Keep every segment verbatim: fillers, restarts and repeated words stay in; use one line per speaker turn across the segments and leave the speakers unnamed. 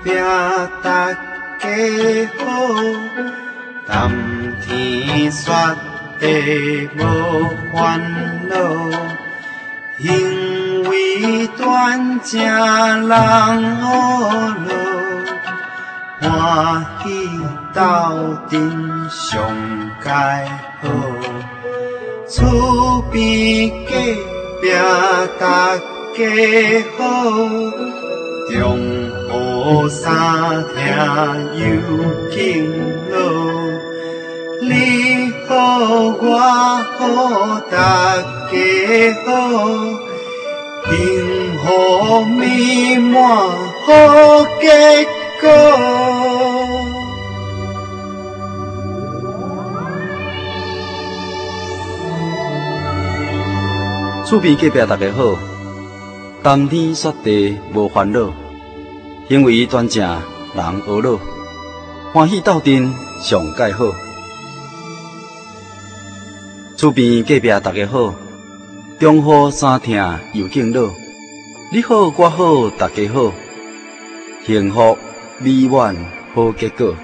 壁大家好，谈天说地无烦恼，因为断正人好路，欢喜斗阵上佳好，厝边隔壁大家好，中好三听又敬老，你好我好大家好，幸福美满好结果。
厝边隔壁大家好，谈天说地无烦恼，行为端正人和乐，欢喜斗阵上佳好。厝边隔壁大家好，中好三听又敬老，你好我好大家好，幸福美满好结果。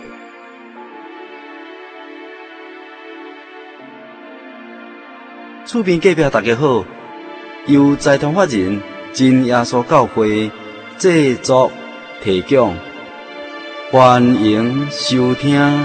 厝边隔壁大家好，由财团法人真耶稣教会制作提供，欢迎收听。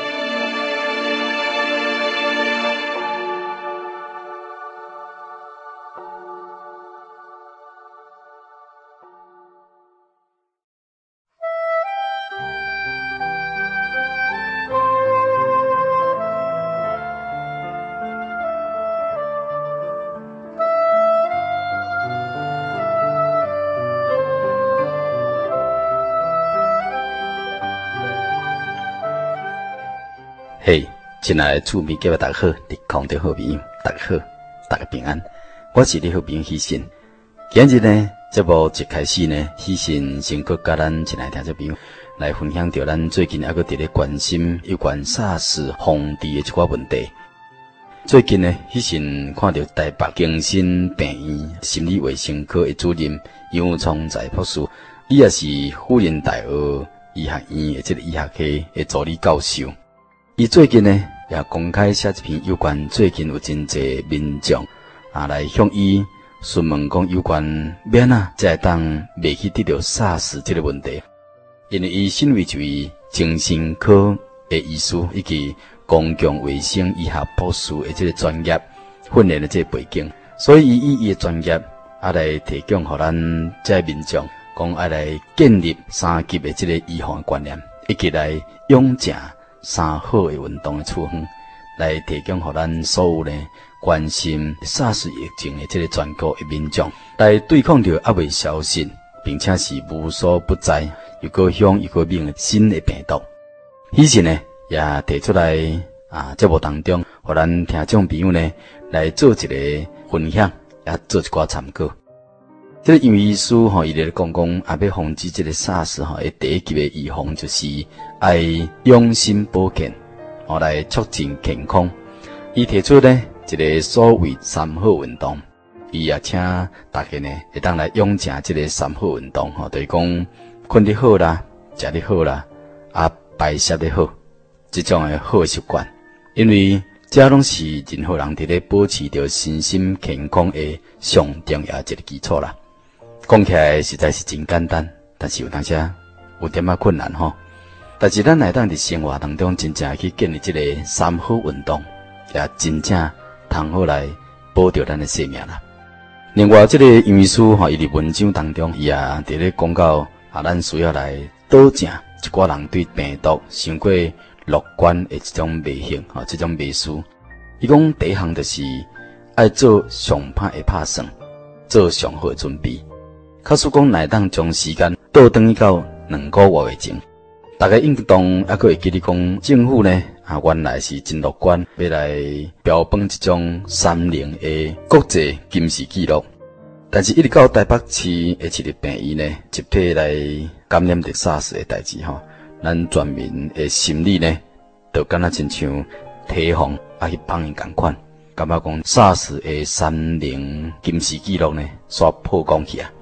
嘿，亲爱的厝边隔壁大家好，你空中好朋友，大家好，大家平安。我是你好朋友喜信。今日呢，节目一开始呢，喜信先搁甲咱亲爱的听众朋友来分享到咱最近还搁伫咧关心有关 SARS 防治的一寡问题。最近呢，喜信看到台北精神病院心理卫生科的主任杨聪在博士，伊也是辅仁大学医学院的这个医学系的助理教授。伊最近呢也公开写一篇有关最近有真侪民众啊来向伊询问讲有关免啊才会当袂去得到 SARS 这个问题，因为伊身为一位精神科的医师以及公共卫生医学博士的这个专业训练的这个背景，所以伊以伊的专业啊来提供给咱这民众讲啊来建立三级的这个预防观念，以及来养成三好的运动的处方，来提供给咱所有呢关心 SARS 疫情的这个全国的民众，来对抗着还未消失，并且是无所不在又各乡又各命的新的病毒。以前呢也提出来啊，节目当中，给咱听众朋友呢来做一个分享，也做一寡参考。这个杨医师吼，伊咧讲讲，啊要防止这个 SARS 吼，第一级的预防就是爱养生保健，吼来促进健康。伊提出呢一个所谓三好运动，伊也请大家呢会当来养成这个三好运动，吼，就是讲困得好啦，食得好啦，啊排泄得好，这种的好习惯。因为这拢是任何人伫咧保持着身心健康的上重要一个基础啦。讲起来实在是真简单，但是有当时有点仔困难吼。但是咱来当伫生活当中真正去建立这个三好运动，也真正通好来保着咱的生命啦。另外，这个杨医师吼，伊伫文章当中伊也伫咧讲到啊，咱需要来导正一寡人对病毒伤过乐观的这种迷信吼，这种迷思。伊讲第一项就是爱做上歹的拍算，做上好的准备。假使讲来当将时间倒转去到两个月的前，大家应当还佫会记得讲，政府呢啊原来是真乐观，要来标榜这种三零的国际金氏纪录。但是一直到台北市的一个病院呢，集体来感染着 SARS 的代志吼，咱全民的心理呢，就敢若亲像提防啊去放伊共款，感觉讲 SARS 的三零金氏纪录呢，煞破讲去啊。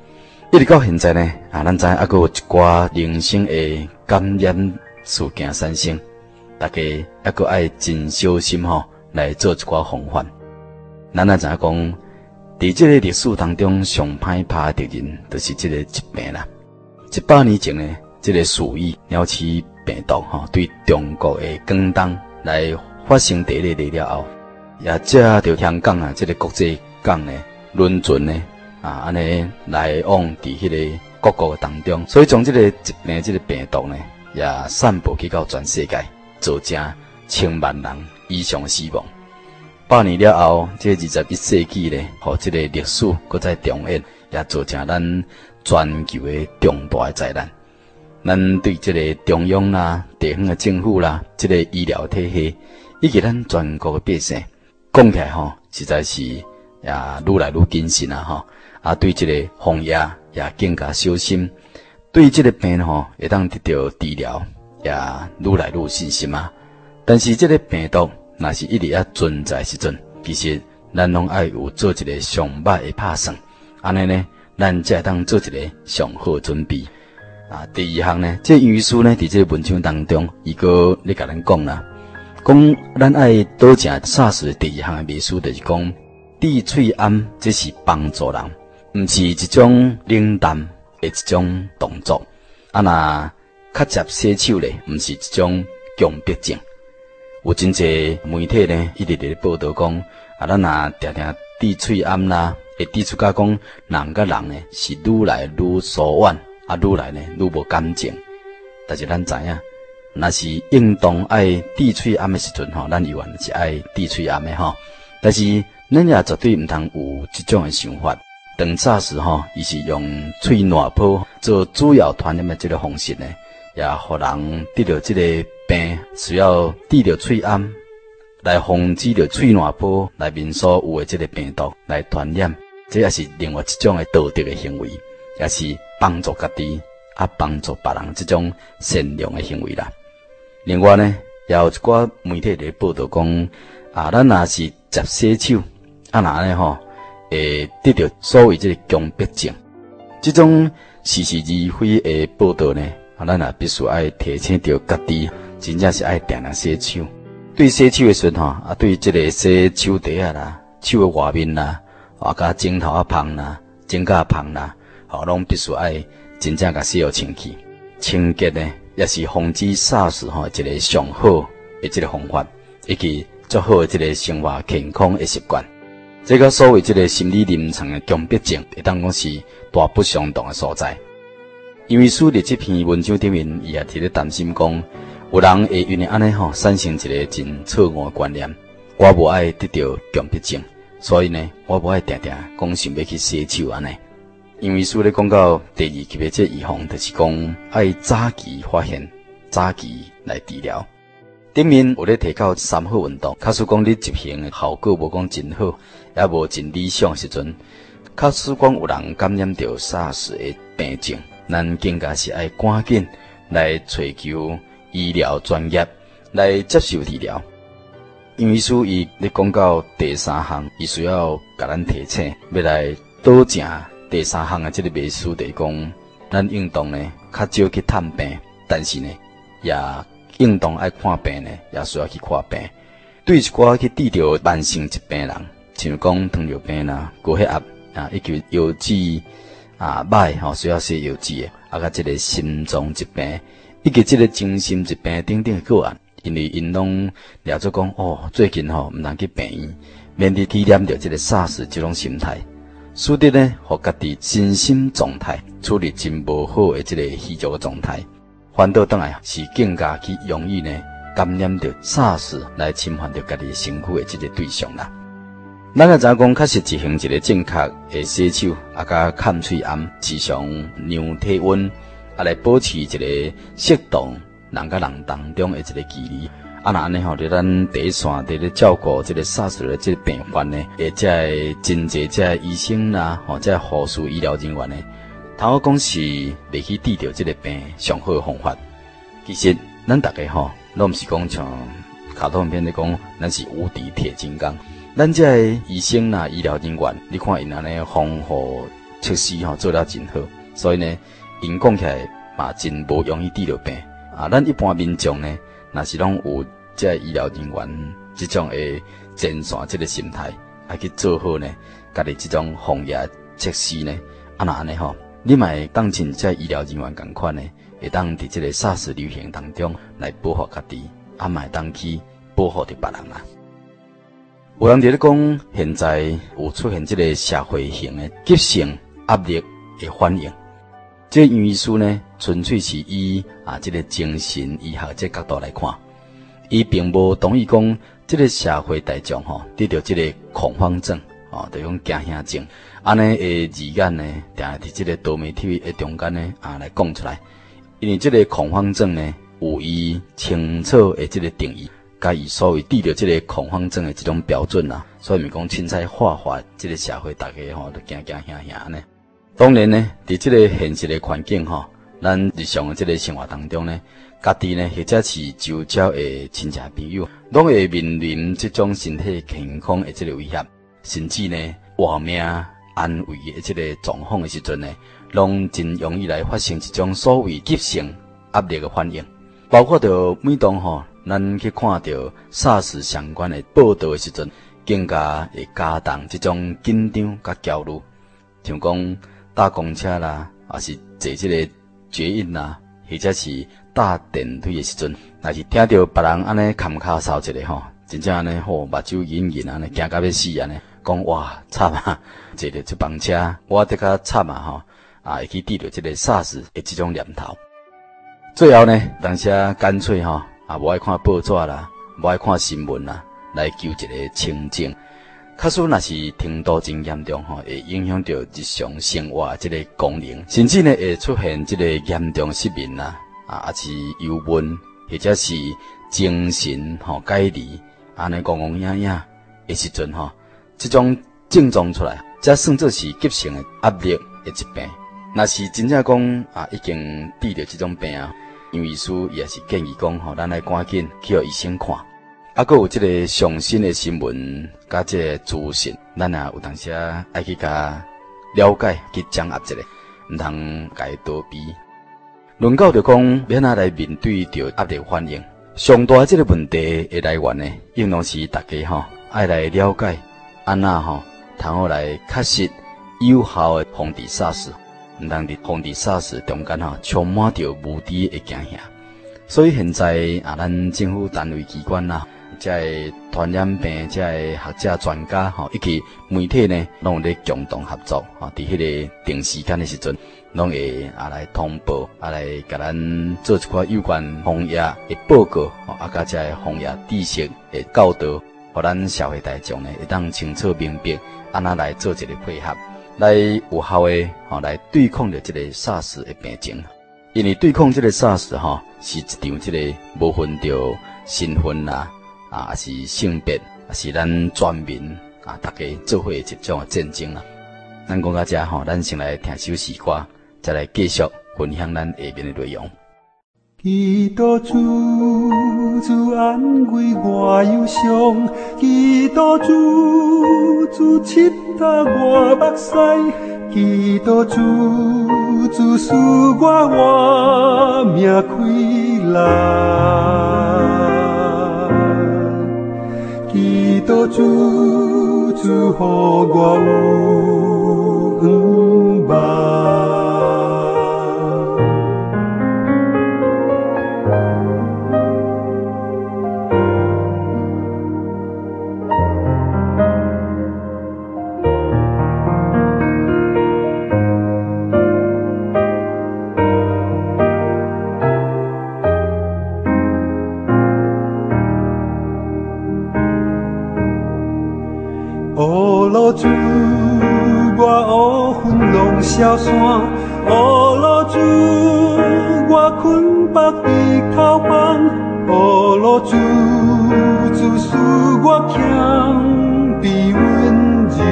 一直到现在呢，啊，咱知还阁有一寡零星的感染事件产生，大家还阁爱真小心吼，来做一寡防范。咱也知影讲，伫这个历史当中上歹拍的敌人，就是这个疾病啦。一百年前呢，这个鼠疫、鸟鼠病毒吼，对中国的广东来发生第一例了后，也借着香港啊，这个国际港呢，轮船呢。啊，安尼来往伫迄个各国当中，所以从这个疾病、这个病毒呢，也散布去到全世界，造成千万人以上死亡。百年了后，这二十一世纪呢，和这个历史搁再重演，也造成咱全球的重大的灾难。咱对这个中央啦、地方的政府啦、这个医疗体系，以及咱全国的百姓，讲起来吼，实在是也愈来愈谨慎啊吼。啊，对这个防疫也更加小心，对这个病吼会当得到治疗也愈来愈有信心啊。但是这个病毒若是一直啊存在时阵，其实咱拢爱有做一个上歹的打算，安尼呢，咱才会当做一个上好的准备。啊，第二项呢，这医师呢，伫这个文章当中，伊个咧甲咱讲啦，讲咱爱多食SARS的第二项的秘书，就是讲滴喙胺，这是帮助人。毋是一种冷淡的一种动作，啊那较接洗手咧，毋是一种强迫症。有真侪媒体呢，一直伫咧报道讲，啊咱若定定滴喙胺啦，会滴出甲讲人甲人呢是愈来愈疏远，啊愈来呢愈无感情。但是咱知影，若是应当爱滴喙胺的时阵吼，咱永远是爱滴喙胺的吼。但是咱也绝对毋通有即种的想法。当早时吼，伊是用喙烂泡做主要传染的这个方式呢，也互人得到这个病，需要滴着喙胺来防止着喙烂泡内面所有的这个病毒来传染，这也是另外一种的道德的行为，也是帮助家己啊帮助别人这种善良的行为啦。另外呢，也有一寡媒体咧报道讲，啊，咱若是接洗手，啊那呢吼。会得到所谓这个强迫症，这种似是而非的报道呢，啊，咱也必须爱提醒到家己，真正是爱定定洗手。对洗手的时阵吼，啊，对这个洗手底啊啦、手的外面啦，啊，甲枕头啊芳啦、枕甲芳啦，吼，拢必须爱真正甲洗好清气。清洁呢，也是防止SARS吼一个上好的这个方法，以及最好的这个生活健康的习惯。这个所谓这个心理临床的强迫症，会当讲是大不相同的所在。因为书伫这篇文章顶面，伊也伫咧担心讲，有人会因为安尼吼产生一个真错误的观念，我无爱得到强迫症，所以呢，我无爱定定讲想要去洗手安尼。因为书咧讲到第二级的这预防，就是讲爱早期发现，早期来治疗。顶面有咧提到三好运动，假使讲你执行的效果无讲真好，也无真理想时阵，假使讲有人感染到 SARS 的病症，咱更加是爱赶紧来找求医疗专业来接受治疗。因为所以咧讲到第三项，伊需要甲咱提醒，要来多正第三项的这个秘书就是讲，咱应当呢较少去探病，但是呢也应当爱看病呢，也需要去看病。对一寡去治疗慢性疾病人，像讲糖尿病啦、高血压啊，以及腰子啊、歹吼需要洗腰子的，啊，甲这个心脏疾病，以及这个精神疾病等等的个案，因为因拢了做讲哦，最近吼毋通去病院，免得体验到这个 SARS 这种心态，使得呢，互家己身心状态处理真无好的这个虚弱的状态。反倒倒来是更加去容易呢感染到 SARS 来侵犯到家己身躯的这个对象啦。咱个怎讲？确实执行一个正确的洗手，啊，甲看喙胺，时常量体温，啊，来保持一个适当人甲人当中的一个距离。啊，那安尼吼，伫咱第一线伫咧照顾这个 SARS 的这个病患呢，而且真侪这医生啦，或者护士医疗人员呢。头讲是袂去治疗这个病上好的方法，其实咱大家吼，拢毋是讲像卡通片咧讲，咱是无敌铁金刚。咱这医生啦、医疗人员，你看因安尼防护措施吼做了真好， 所以呢，因讲起来嘛真无容易治着病啊。咱一般民众呢，若是拢有这医疗人员这种诶前线这个心态，爱去做好呢，家己这种防疫措施呢，啊那安尼吼，你嘛会当像这医疗人员共款呢，会当伫这个 SARS 流行当中来保护家己，啊嘛会当去保护着别人啦。有人伫咧讲，现在有出现这个社会性的急性压力的反应。这杨医师呢，纯粹是以啊这个精神医学这角度来看，伊并无同意讲这个社会大众吼得到这个恐慌症，哦，就讲惊吓症，安尼的字眼呢，定系伫这个多媒体的中间呢啊来讲出来，因为这个恐慌症呢，有伊清楚的这个定义。甲伊所谓治疗这个恐慌症的这种标准啦，所以咪讲凊彩化化这个社会大家吼都惊惊吓吓呢。当然呢，伫这个现实的环境吼，咱日常的这个生活当中呢，家己呢或者是周遭的亲戚朋友，拢会面临这种身体健康的这个威胁，甚至呢活命安危的这个状况的时阵呢，拢真容易来发生一种所谓急性压力的反应，包括着每当吼。咱去看到 SARS 相关的报道的时阵，更加会加重这种紧张甲焦虑，像讲搭公车啦，还是坐这个捷运啦，或者是搭电梯的时阵，若是听到别人安尼砍骹扫一个吼，真正安尼吼目睭隐隐安尼惊到要死安尼，讲哇惨啊，坐着这班车，我得较惨啊吼，啊会去治疗这个 SARS 的这种念头。最后呢，当时干脆吼。啊，无爱看报纸啦，无爱看新闻啦，来求一个清静。假使若是程度真严重吼，会影响到日常生活这个功能，甚至呢会出现这个严重失眠啦，啊，还是忧闷，或者是精神吼解离，安尼戆戆影影的时阵吼，这种症状出来，才算作是急性的压力的疾病。若是真正讲啊，已经治疗这种病啊。杨医师也是建议讲，吼，咱来赶紧去互医生看。啊，佮有这个上新的新闻，甲这个资讯，咱也有当时啊爱去甲了解，去掌握一下，毋通甲伊逃避。论到就讲，要哪来面对着压力反应，上大这个问题的来源呢，应当是大家吼爱来了解，安那吼，通好来确实有效的防治 SARS。毋通伫防治 SARS 中间吼，充满着无知的惊吓。所以现在啊，咱政府单位机关啦，即个传染病，即个学者专家吼，以及媒体呢，拢有咧共同合作吼，伫迄个定时间的时阵，拢会啊来通报，啊来甲咱做一寡有关防疫的报告，吼，啊甲即个防疫知识的教导，互咱社会大众呢，会当清楚明白，安那来做一个配合。来有效的吼，来对抗着这个 SARS 的病情，因为对抗这个 SARS 吼，是一场这个无分着身份啦，啊，还是性别，还是咱全民啊，大家做伙的一种战争啦。咱讲到这吼，咱先来听首诗歌，再来继续分享咱下面的内容。
基督主，主安慰我忧伤；基督主，主拭干我目屎；基督主，主使我活命开朗；基督主，主予我有光芒。主，我黑云拢消散；哦，老主，我困北日头旁；哦，老主，主使我强比温柔；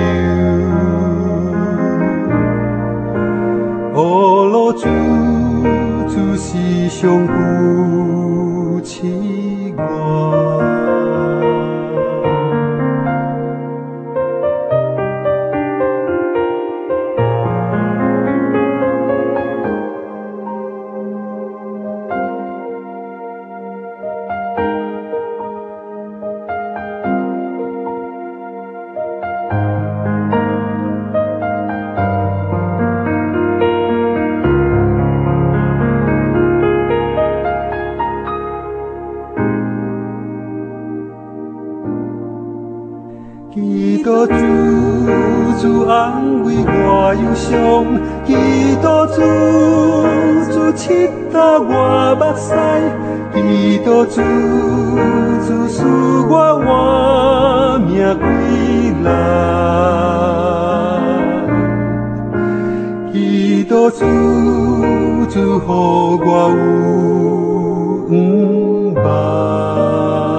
哦，老主，主时常扶持我。 多主主安慰我忧伤，基督主主拭干我目屎，基督主主使我换命归来，基督主主予我有恩望。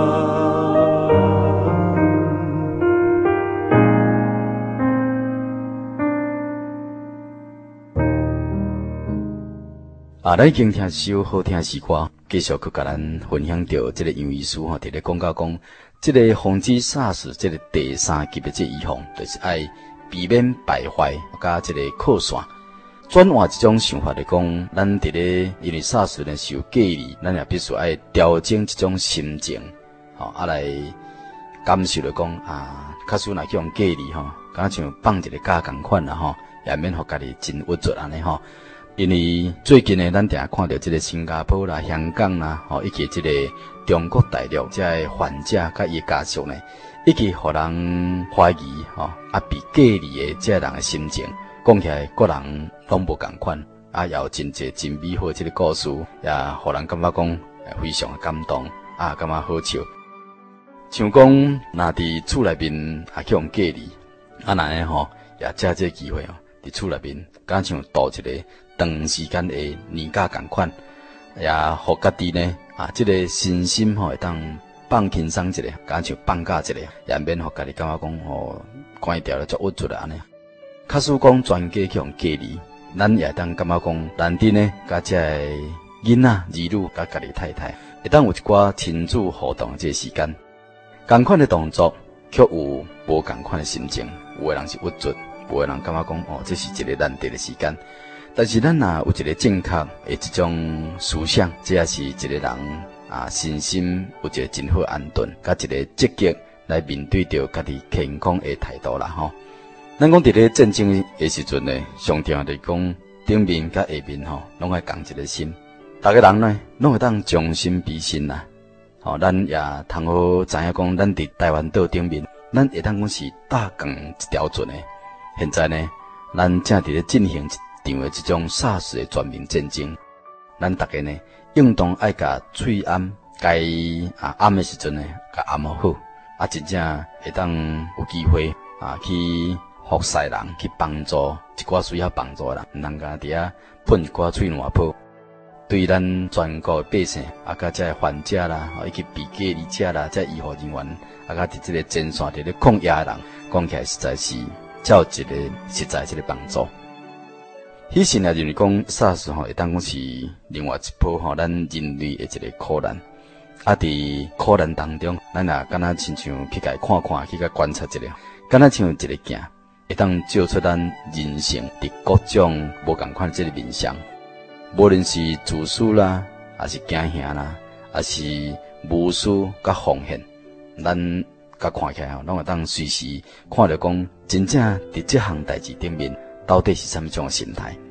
啊，咱已经听首好听的诗歌，继续去甲咱分享到这个杨医师吼，伫咧讲到讲，这个防止 SARS 这个第三级的这个预防，就是爱避免败坏，加这个扩散。转换这种想法来讲，咱伫咧因为 SARS 呢是有隔离，咱也必须爱调整这种心情，吼、哦，啊来感受来讲啊，假使若去用隔离吼，敢像放一个假共款啦吼，也免互家己真郁卒安尼吼。因为最近呢，咱定看到这个新加坡啦、香港啦，吼，以及这个中国大陆这个患者甲伊家属呢，以及互人怀疑吼，啊被隔离的这人的心情，讲起来个人拢无共款，啊，也有真侪真美好这个故事，也互人感觉讲非常感动，啊，感觉好笑。像讲，若伫厝内面也去用隔离，啊，那呢吼，也借这个机会哦，伫厝内面，敢像度一个长时间的年假共款，也互家己呢啊，这个身心吼会当放轻松一下，敢像放假一下，也免互家己感觉讲吼关掉了足郁卒了安尼。假使讲全家去用隔离，咱也当感觉讲难得呢，甲这个囡仔、儿女甲家己太太，会当有一寡亲子互动的这个时间。同款的动作，却有无同款的心情。有的人是郁卒，有的人感觉讲哦，这是一个难得的时间。但是咱若有一个正确的这种思想，这也是一个人啊身心有一个真好安顿，甲一个积极来面对着家己健康的态度啦吼。咱讲伫咧战争的时阵呢，上重要就是讲顶面甲下面吼，拢爱共一个心。大家人呢，拢会当将心比心啦。吼、哦，咱也通好知影讲，咱伫台湾岛顶面，咱会当讲是大港一条船的。现在呢，咱正伫咧进行一场的这种 SARS 的全面战争。咱大家呢，应当爱甲喙暗，该啊暗的时阵呢，甲暗好，啊真正会当有机会啊去服侍人，去帮助一寡需要帮助的人，毋通甲伫遐喷一寡喙烂泡。对咱全国的百姓，啊，甲这患者啦，以及被隔离者啦，这医护人员，啊，甲伫这个前线伫咧抗疫的人，讲起来实在是才有一个实在这个帮助。迄时也认为讲 SARS 吼，会当讲是另外一波吼，咱人类的一个苦难。啊，伫苦难当中，咱也敢若亲像去甲看看，去甲观察一下，敢若像一个镜，会当照出咱人性伫各种无共款这个面相。无论是自私啦，还是惊吓啦，还是无私甲奉献，咱甲看起来吼，拢会当随时看到讲，真正伫这项代志顶面，到底是啥物种的心态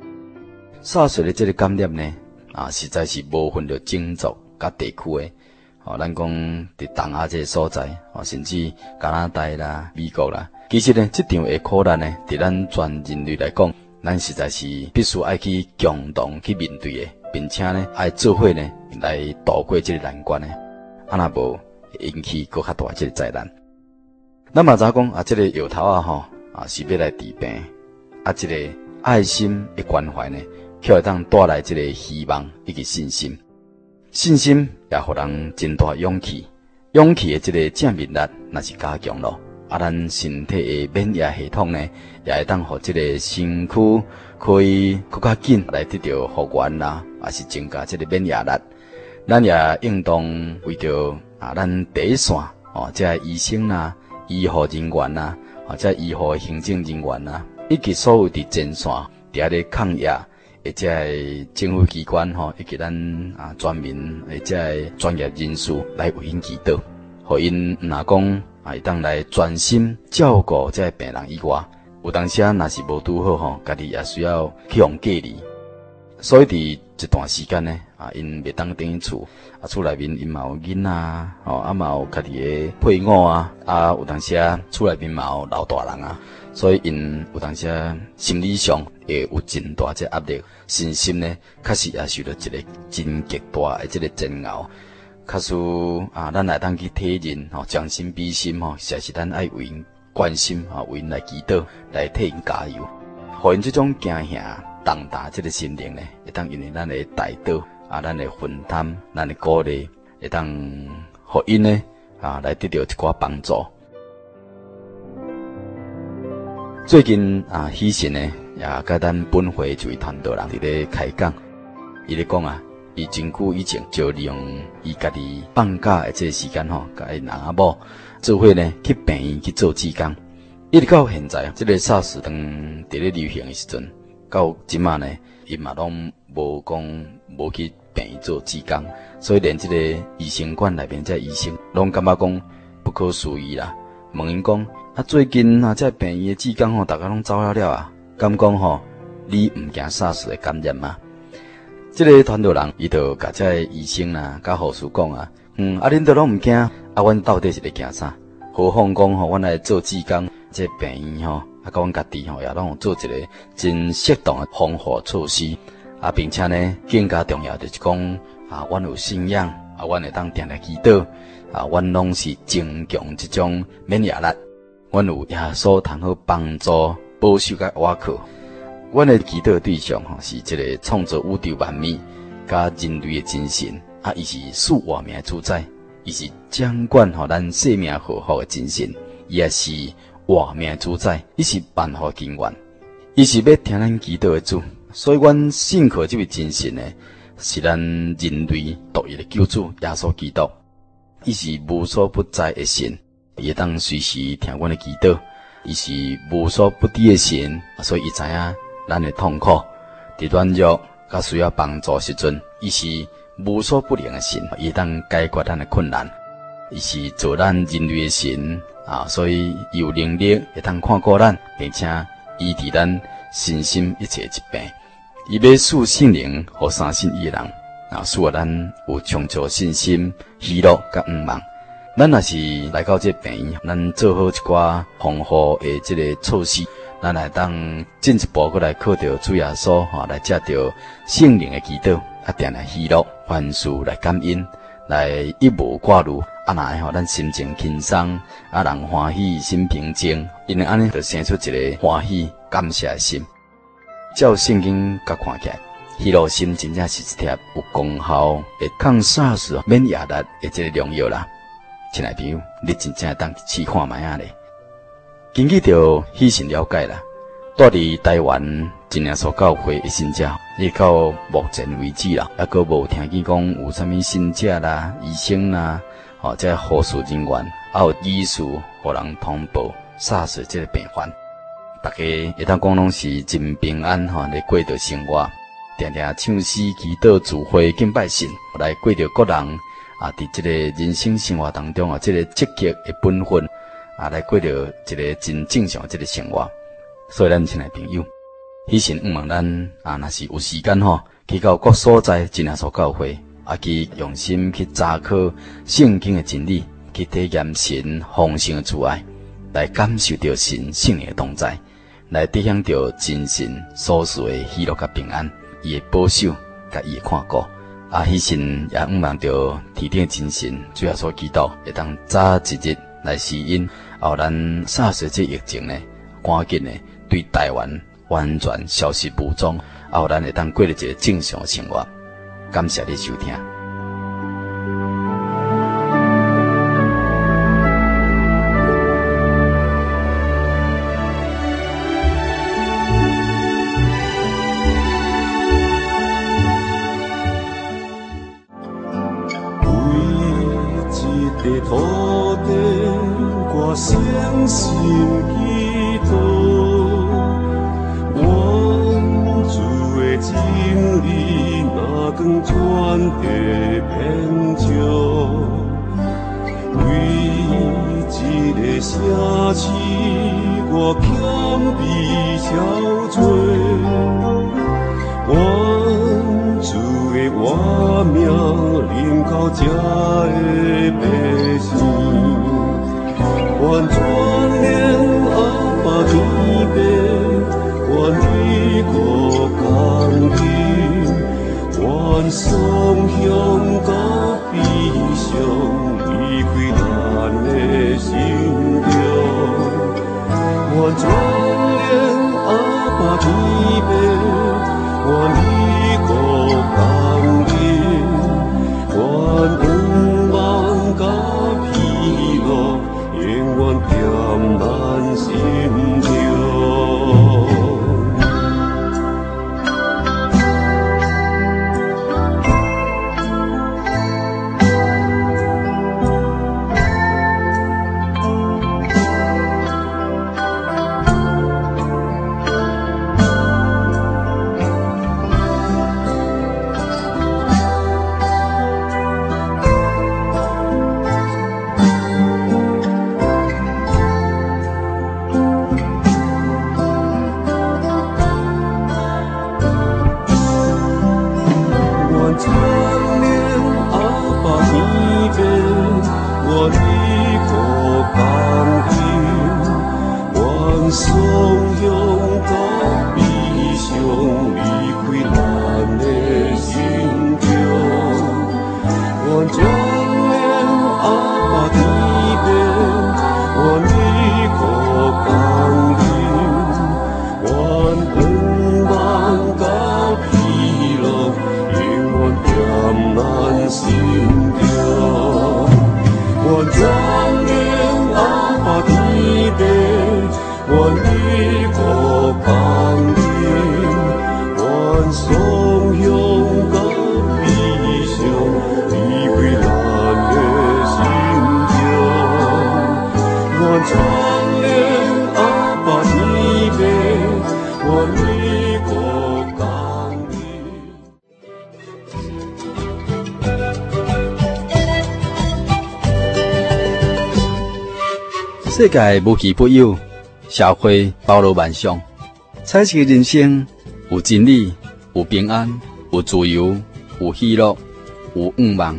？SARS的这个感染呢，啊，实在是无分着种族甲地区的。哦，咱讲伫东亚这个所在，哦，甚至加拿大啦、美国啦，其实呢，这场的苦难呢，伫咱全人类来讲，咱实在是必须爱去共同去面对的，并且呢，爱做伙呢来度过这个难关的，啊若无引起更较大这个灾难。咱嘛知讲啊，这个药头啊吼啊是要来治病，啊，这个爱心的关怀呢，却会当带来这个希望以及信心。信心也互人真大勇气，勇气的这个正面力若是加强咯。啊，咱身体的免疫系统呢，也会当互这个身躯可以更加紧来得到复原啦，也是增加这个免疫力。咱也应当为着啊，咱第一线哦，这医生啦、医护人员啦，或者医护行政人员啦，以及所有伫前线伫遐咧抗疫的这政府机关吼，以及咱啊全民的这专业人士来为因祈祷，互因若讲。啊，会当来专心照顾这病人以外，有当时啊，若是无拄好吼，家己也需要去用隔离。所以伫一段时间呢， 啊，因袂当等于厝，啊，厝内面因嘛有囡仔啊，吼，啊嘛有家己的配偶啊，啊，有当时啊，厝内面嘛有老大人啊，所以因有当时啊，心理上会有真大这压力，身心呢，确实也受到一个真极大的这个煎熬。假使啊，咱来当去体认吼，将心比心吼，实在是咱爱为因关心啊，为因来祈祷，来替因加油，互因这种惊吓重大这个心灵呢，会当因为咱的带导啊，咱的分担，咱的鼓励，会当互因呢啊来得到一寡帮助。最近啊，喜神呢也甲咱本会一位团队人伫咧开讲，伊咧讲啊。伊真久以前就利用伊家己放假的这个时间吼，甲伊人阿某做伙呢去病院去做志工，一直到现在，这个 SARS 当伫咧流行的时阵，到即马呢，伊嘛拢无讲无去病院做志工，所以连这个医生馆内面这医生拢感觉讲不可思议啦。问因讲啊，最近啊，这病院的志工吼，大家拢走了了啊，敢讲吼，你唔惊 SARS 的感染吗？这个团队人，伊就甲这医生啦、甲护士讲啊，嗯，啊，恁都拢唔惊，啊，阮到底是咧惊啥？何况讲吼，阮来做志工，这病院吼，啊，甲阮家己吼，也拢有做一个真适当的防护措施，啊，并且呢，更加重要就是讲啊，阮有信仰，啊，阮会当定定祈祷，啊，阮拢是增强这种免疫力，阮有耶稣通好帮助保守甲瓦靠。阮的祈祷对象吼是这个创造宇宙万物甲人类的精神，啊，伊是赐活命的主宰，伊是掌管吼咱生命和福的精神，伊也是活命的主宰，伊是万福根源，伊是要听咱祈祷的主。所以，阮信靠这位精神呢，是咱人类独一的救主耶稣基督，伊是无所不在的神，伊会当随时听阮的祈祷，伊是无所不知的神，所以伊知影咱的痛苦，伫软弱甲需要帮助时阵，伊是无所不能的神，伊当解决咱的困难。伊是做咱人类的神啊，所以伊有能力会当看顾咱，并且医治咱身心一切疾病。伊要赐圣灵互相信伊的人啊，使咱有充足信心、喜乐甲盼望。咱若是来到这病院，咱做好一寡防护的这个措施。咱来当进一步过来靠着主耶稣吼，来接着圣灵的祈祷，啊，定来喜乐、凡事来感恩，来一无挂虑，啊，若吼咱心情轻松，啊，人欢喜，心平静，因为安尼就生出一个欢喜、感谢的心。照圣经甲看起来，喜乐心真正是一条有功效、会抗 SARS 免疫力的这个良药啦。亲爱朋友，你真正当试看卖啊咧？根据着喜神了解啦，住伫台湾真耶稣教会的信者，伊到目前为止啦，还阁无听见讲有啥物信者啦、医生啦，哦，这护士人员，还有医师，互人通报 SARS 这个病患。大家会当讲拢是真平安吼，来过着生活，定定唱诗、祈祷、聚会、敬拜神，来过着各人啊，伫这个人生生活当中啊，这个积极的本分。啊，来过着一个真正常的这个生活，所以咱亲爱朋友，喜神希望咱啊，若是有时间吼，去到各所在真耶稣教会，啊，去用心去查考圣经的真理，去体验神丰盛的慈爱，来感受到神圣灵的同在，来体验到真神所赐的喜乐甲平安，伊的保守甲伊的看顾。啊，喜神也希望着天顶真神主耶稣基督会当早一日来施恩。后咱 SARS 这疫情呢，赶紧呢对台湾完全消失无踪，后咱会当过了一个正常的生活。感谢你收听。
为一个土地，我相信基督，我主的真理哪光传递遍照，为一个城市，我谦卑憔悴，我主的我。 到这的迷思，愿全能阿爸天父，愿你个降临，愿双向甲悲伤离开咱的心中，愿全能阿爸天父，愿你个降临，愿光芒甲喜乐永远踮咱心中。
世界无奇不有，社会包罗万象，彩色人生有真理，有平安，有自由，有喜乐，有愿望。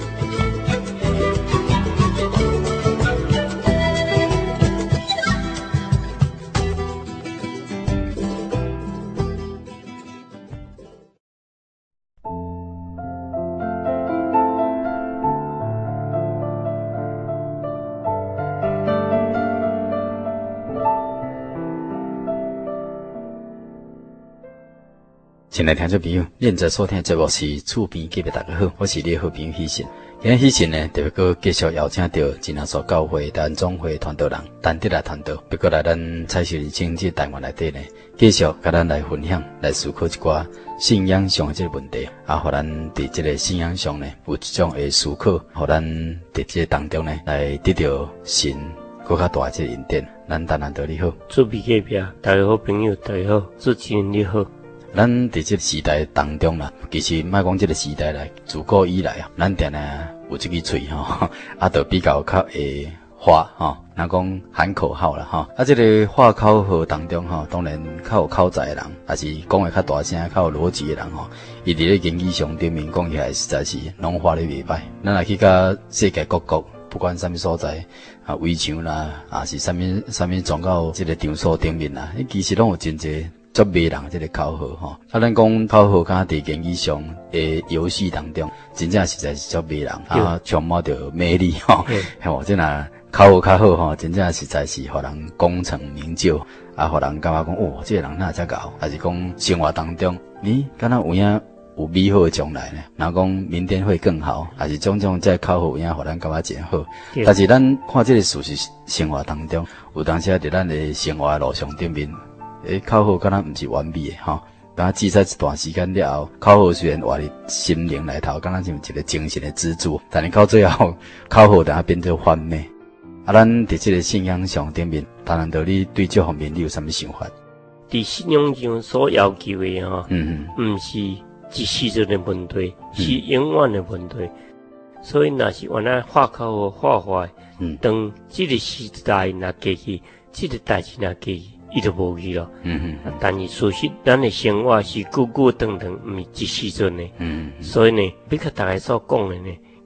亲爱的听众朋友，恁在收听节目是厝边隔壁，大家好，我是你的好朋友喜信。今日喜信呢，特别个继续邀请到真耶稣教会台湾总会传道人陈德来传道，不过来咱彩色人生这单元内底呢，继续甲咱来分享，来思考一寡信仰上的这个问题，啊，互咱伫这个信仰上呢，有一种的思考，互咱伫这个当中呢，来得到神更较大这个恩典。咱单单道你好，
厝边隔壁，大家好朋友，大家好，主持人你好。
咱伫这个时代当中啦，其实莫讲这个时代来，自古以来啊，咱定定有这个嘴吼，啊，就比较较会话吼，咱讲喊口号啦吼，啊，这个话口号当中吼，当然较有口才的人，还是讲的较大声、较有逻辑的人吼，伊伫咧言语上顶面讲起来实在是拢话咧袂歹。咱来去甲世界各国，不管啥物所在啊，围墙啦，啊是啥物啥物撞到这个场所顶面啦，其实拢有真侪。足迷人这个口号吼，啊，咱讲口号，敢伫言语上诶游戏当中，真正实在是足迷人，啊，充满着魅力吼。吼，这若口号较好吼，真正实在是互人功成名就，啊，互人感觉讲，哦，这个人哪遮搞，还是讲生活当中，你敢若有影有美好的将来呢？然后讲明天会更好，还是种种这口号有影互咱感觉真好。但是咱看这个事实生活当中，有当时伫咱的生活的路上顶面。诶，口号敢若毋是完美诶吼，等记载一段时间了后，口号虽然活伫心灵内头，敢若像一个精神诶支柱，但是到最后，口号等下变做幻灭。啊，咱伫即个信仰上顶面，当然道你对这方面你有啥物想法？
伫信仰上所要求诶吼，
嗯
嗯，毋是一时阵诶问题，是永远诶问题。所以若是原来话口号话话，嗯，当即个时代若过去，即个代志若过去。伊就无去咯，嗯嗯，但是事实，咱的生活是久久长长，毋是一时阵呢，嗯，所以呢，要甲大家所讲的呢，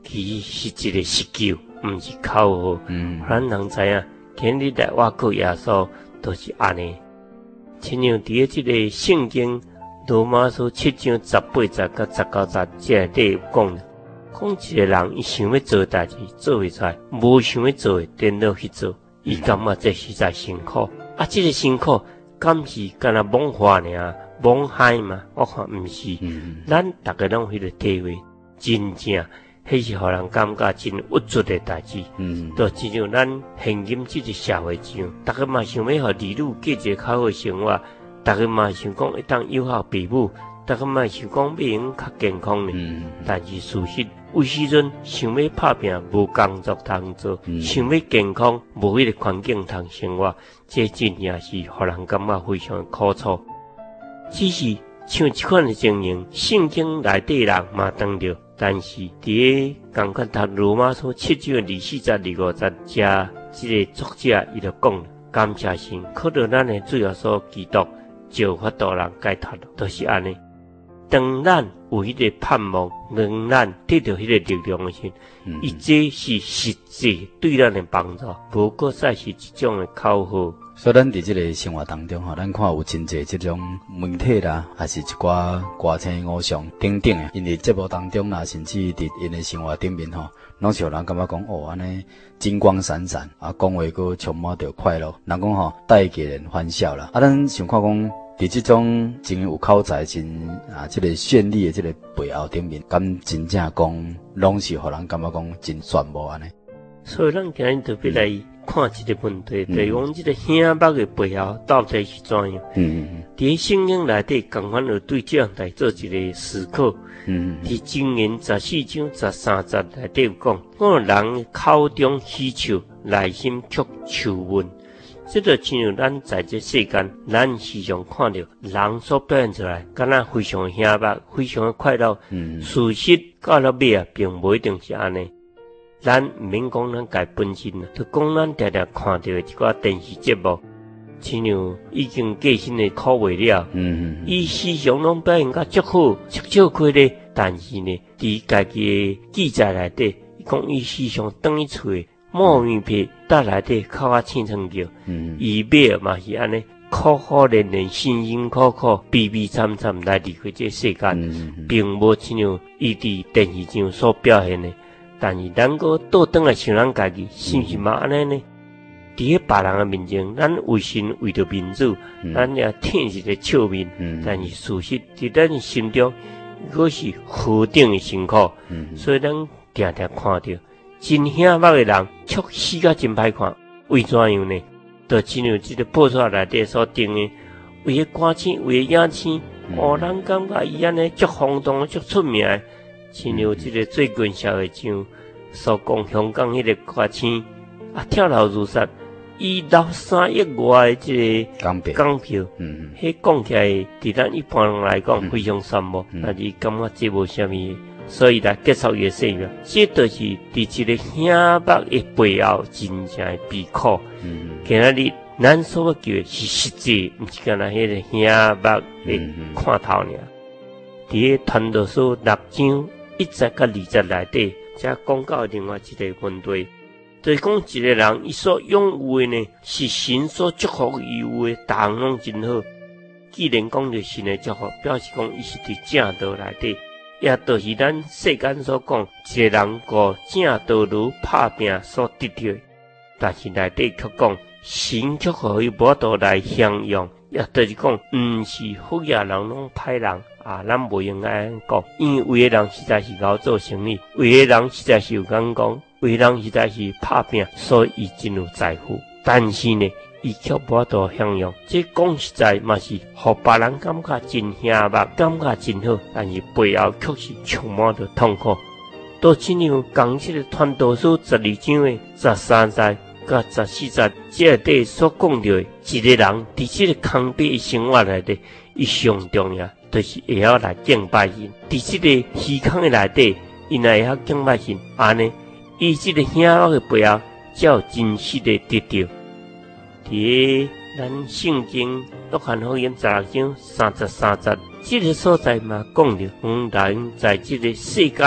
其实是一个施救，毋是口号。
嗯，
咱人知影，今日来我靠耶稣都是安尼。亲像伫即个圣经罗马书七章十八节到十九节这里有讲，讲一个人伊想要做代志做袂出来，无想要做诶颠倒去做，伊感觉这实在辛苦。啊，这个辛苦敢是干那妄话尔，妄海嘛？我看毋是。嗯、咱逐个拢迄个体会，真正迄是互人感觉真郁卒诶代志。嗯，就亲像咱现今即个社会上，逐个嘛想要互儿女过一个较好生活。逐个嘛想讲会当友好父母，逐个嘛想讲要用较健康呢。嗯、但是事实有时阵想要拍拼，无工作通做；嗯、想要健康，无迄个环境通生活，这真正是互人感觉非常苦楚。只是像即款的情形，圣经内底人嘛当着，但是伫个共款读罗马书七章二四节、二五节，遮即个作者伊就讲，感谢神，靠着咱的主耶稣基督。就法度人解脱了，都、就是安尼。当咱有迄个盼望，当咱得到迄个力量的时，伊、嗯、这是实际对咱的帮助，无过再是一种的口号。
所以咱伫即个生活当中吼，咱看有真侪即种媒体啦，还是一寡歌星偶像等等诶，因为节目当中啦，甚至伫因的生活顶面吼，拢是有人感觉讲哦，安尼金光闪闪，啊，讲话佫充满着快乐，人讲吼带给人欢笑啦。啊，咱想看讲伫即种真有口才、真啊，即、這個绚丽的即個背後頂面，敢真正講，攏是互人感覺講真炫目安尼。
所以咱今日特別來看一個問題，就是講即個兄目的背後到底是怎樣？嗯嗯。伫聖經內底，共款有對這樣來做一個思考。嗯。伫箴言十四章十三節內底有講，講人口中希求，內心卻愁悶。即個親像咱在這世間，咱時常看到人所表現出來，敢若非常幸福，非常的快樂。嗯。事實到了尾啊，並無一定是安尼。咱毋免講咱家本身啊，就講咱常常看到的一寡電視節目，親像已經過身的苦味了。嗯嗯。伊時常攏表現甲足好，足少虧咧，但是呢，佇家己的記載內底，伊講伊時常轉去厝。莫名皮帶來的靠啊青春叫，伊尾嘛是安尼，苦苦連連、辛辛苦苦、悲悲慘慘來離開這世間，嗯嗯、並無親像伊佇電視上所表現的。但是咱個倒轉來想咱家己，是毋是嘛安尼呢？佇個別人的面前，咱為神為着民主，嗯、咱也挺一個笑面，嗯、但是事實佇咱心中，嗰是何等的辛苦，嗯、所以咱常常看到。真兄目的人，卻死甲真歹看，為怎樣呢？就親像即個報紙內底所定的，為個歌星，為個影星，哦，人感覺伊安尼足轟動、足出名的，親像即個最近社會上所講香港迄個歌星，啊，跳樓自殺，伊留三億外的即個港票，港票，嗯，迄講起來，佇咱一般人來講非常羨慕，但是感覺這無啥物。所以來結束伊個生命，這就是佇一個兄目的背後真正的悲苦。嗯，今仔日咱所要求的是實際，毋是干那迄個兄目的看頭爾。佇個傳道書六章一節到二節內底，才講到另外一個問題，就是講一個人伊所擁有的呢，是神所祝福伊有的，逐項攏真好。既然講着神的祝福，表示講伊是佇正道內底。也就是咱世間所講，一個人過正道路拍拼所得到的，但是內底卻講神卻互伊無度來享用，也就是講，毋是好嘢人攏歹人啊，咱無用安尼講，因為有的人實在是熬做生意，有的人實在是有眼光，有的人實在是拍拼，所以伊真有財富，但是呢，伊卻無度享用，這講實在嘛是，互別人感覺真兄目，感覺真好，但是背後卻是充滿着痛苦。都親像講這個傳道書十二章的十三節甲十四節，這底所講到的，一個人佇這個空白的生活內底，伊上重要，就是會曉來敬拜神。佇這個虛空的內底，伊若會曉敬拜神，安尼，伊這個兄目的背後，才有真實的得到。佇咱聖經約翰福音十六章三十三節，這個所在嘛講着，嗯，人在這個世間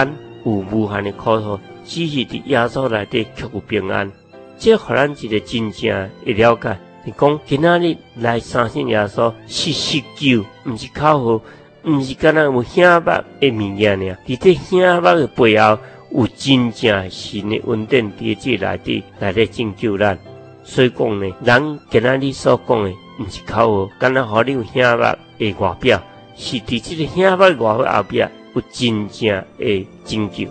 有无限的苦楚，只是伫耶稣内底却有平安。这互咱一个真正会了解，是讲今仔日来相信耶稣是实救，毋是口号，毋是干那有响目的物件尔。伫这响目的背后，有真正神的恩典伫这内底来咧拯救咱。所以讲呢，咱今仔日所讲的，毋是口号，干那互你有响目的外表，是伫这个响目的外表后壁有真正的拯救。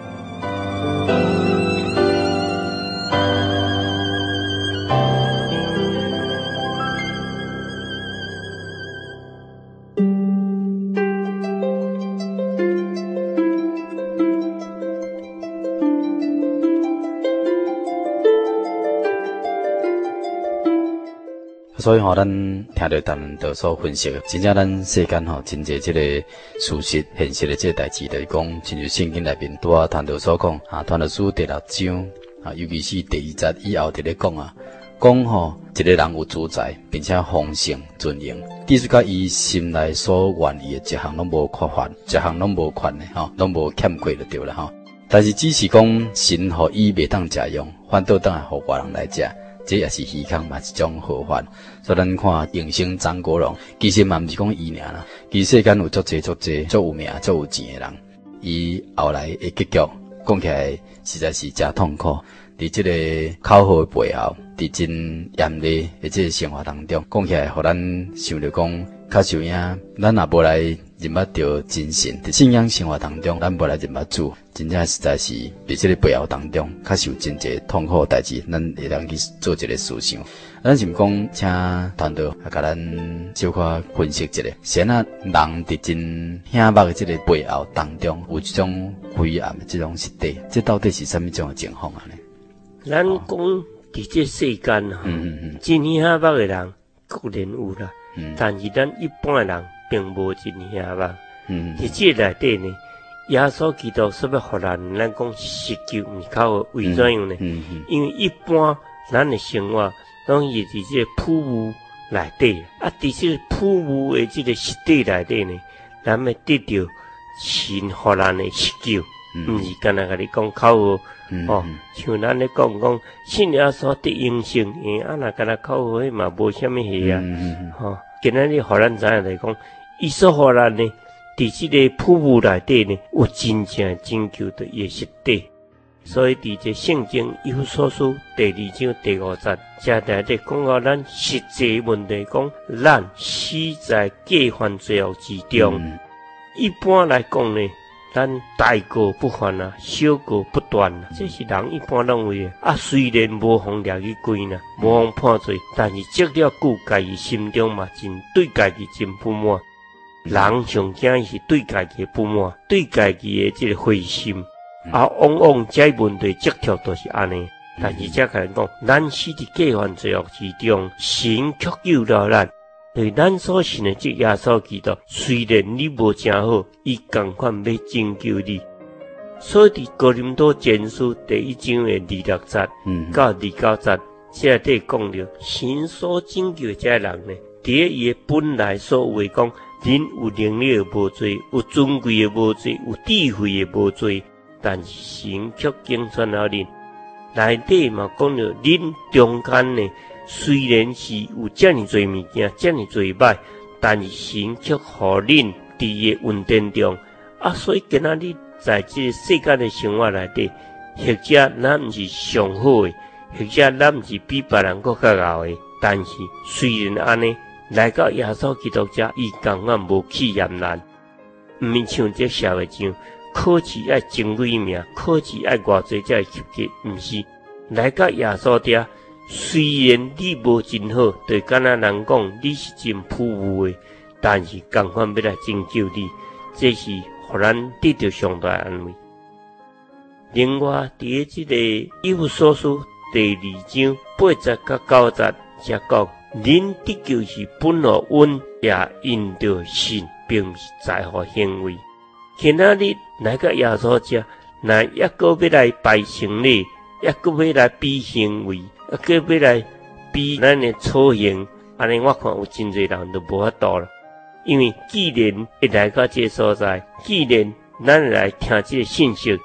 所以吼，咱听着谈道所分析，真正咱世间吼，真侪即个事实、现实的即个代志，就是讲，亲像圣经内面拄啊谈道所讲啊，传道书第六章啊，尤其是第二节以后伫咧讲啊，讲吼一个人有主宰，并且丰盛尊荣，意思甲伊心内所愿意的一项拢无缺乏，一项拢无缺的吼，拢无欠过就对了吼。但是只是讲神互伊袂当食用，反倒当来互外人来食。这也是虚空嘛，一种好法。所以咱看应星张国荣，其实嘛毋是讲伊尔啦，其实世间有足侪足侪足有名、足有钱的人，伊后来的结局讲起来实在是真痛苦。伫这个口号的背后，伫真严厉的这个生活当中，讲起来，互咱想着讲，较受影，咱也无来认捌着真神。伫信仰生活当中，咱无来认捌主，真正实在是伫这个背后当中，较受真侪痛苦的代志，咱会当去做一个思想。咱是讲，请团队啊，甲咱小可分析一下，先啊，人伫真响目的这个背后当中，有这种灰暗的这种实体，这到底是什么种的情况啊？呢？
咱讲伫这世间哈，
嗯嗯
真响目的人固然有啦，
嗯，
但是咱一般的人并无真响目。
嗯，
伫这内底呢，耶稣基督说要互咱，咱讲实救毋是靠为怎样呢？
嗯嗯，
因为一般咱的生活拢是伫这个朴物内底，啊，伫这个朴物的这个实体内底呢，咱要得到神互咱的实救。毋是干那甲你讲口号，
嗯、
哦，像咱咧讲讲信耶稣得永生，诶，啊那干那口号迄嘛无啥物戏啊，
嗯、
吼，今仔日互咱知影来讲，伊所互咱呢，伫即个朴物内底呢，有真正拯救的伊实体，所以伫这圣经以弗所书第二章第五节，遮内底讲到咱实际问题，讲咱死在过犯罪恶之中，嗯、一般来讲呢。咱大过不犯啊，小过不断啊，这是人一般认为的。啊，虽然无互掠去关啦，无互判罪，但是积了久，家己心中嘛真对家己真不满。人上惊是对家己不满，对家己的这个灰心。啊，往往这问题结束都是安尼。但是这个人讲，咱死伫过犯罪恶之中，神却救了咱。对咱所信的这耶稣基督，虽然你无真好，伊同款要拯救你。所以伫哥林多前书第一章的二六节到二九节，这底讲着神所拯救的这人呢，伫伊的本来所有讲，人有能力的无罪，有尊贵的无罪，有智慧的无罪，但是神却拣选了人。内底嘛讲着人中间呢。虽然是有遮尔多物件，遮尔多歹，但是神却互恁伫伊稳定中啊！所以今仔日在这世间的生活内底，或者咱毋是上好的，或者咱毋是比别人搁较敖的，但是虽然安尼，来到耶稣基督遮，伊同样无气严难，毋是像这社会上考试爱前几名，考试爱偌济才会及格，毋是来到耶稣遮。虽然你无真好，对敢若人讲你是真朴物的，但是同款要来拯救你，这是互咱得到上大安慰。另外，伫即个以弗所书第二章八节到九节，则讲人得救是本乎恩，也因着信，并不是在乎行为。今仔日来到耶稣遮，若抑搁要来拜神礼，抑搁要来比行为。啊，佮要来比咱的操行，安尼我看有真侪人都无法度了。因为既然会来到这个所在，既然咱来听这个信息，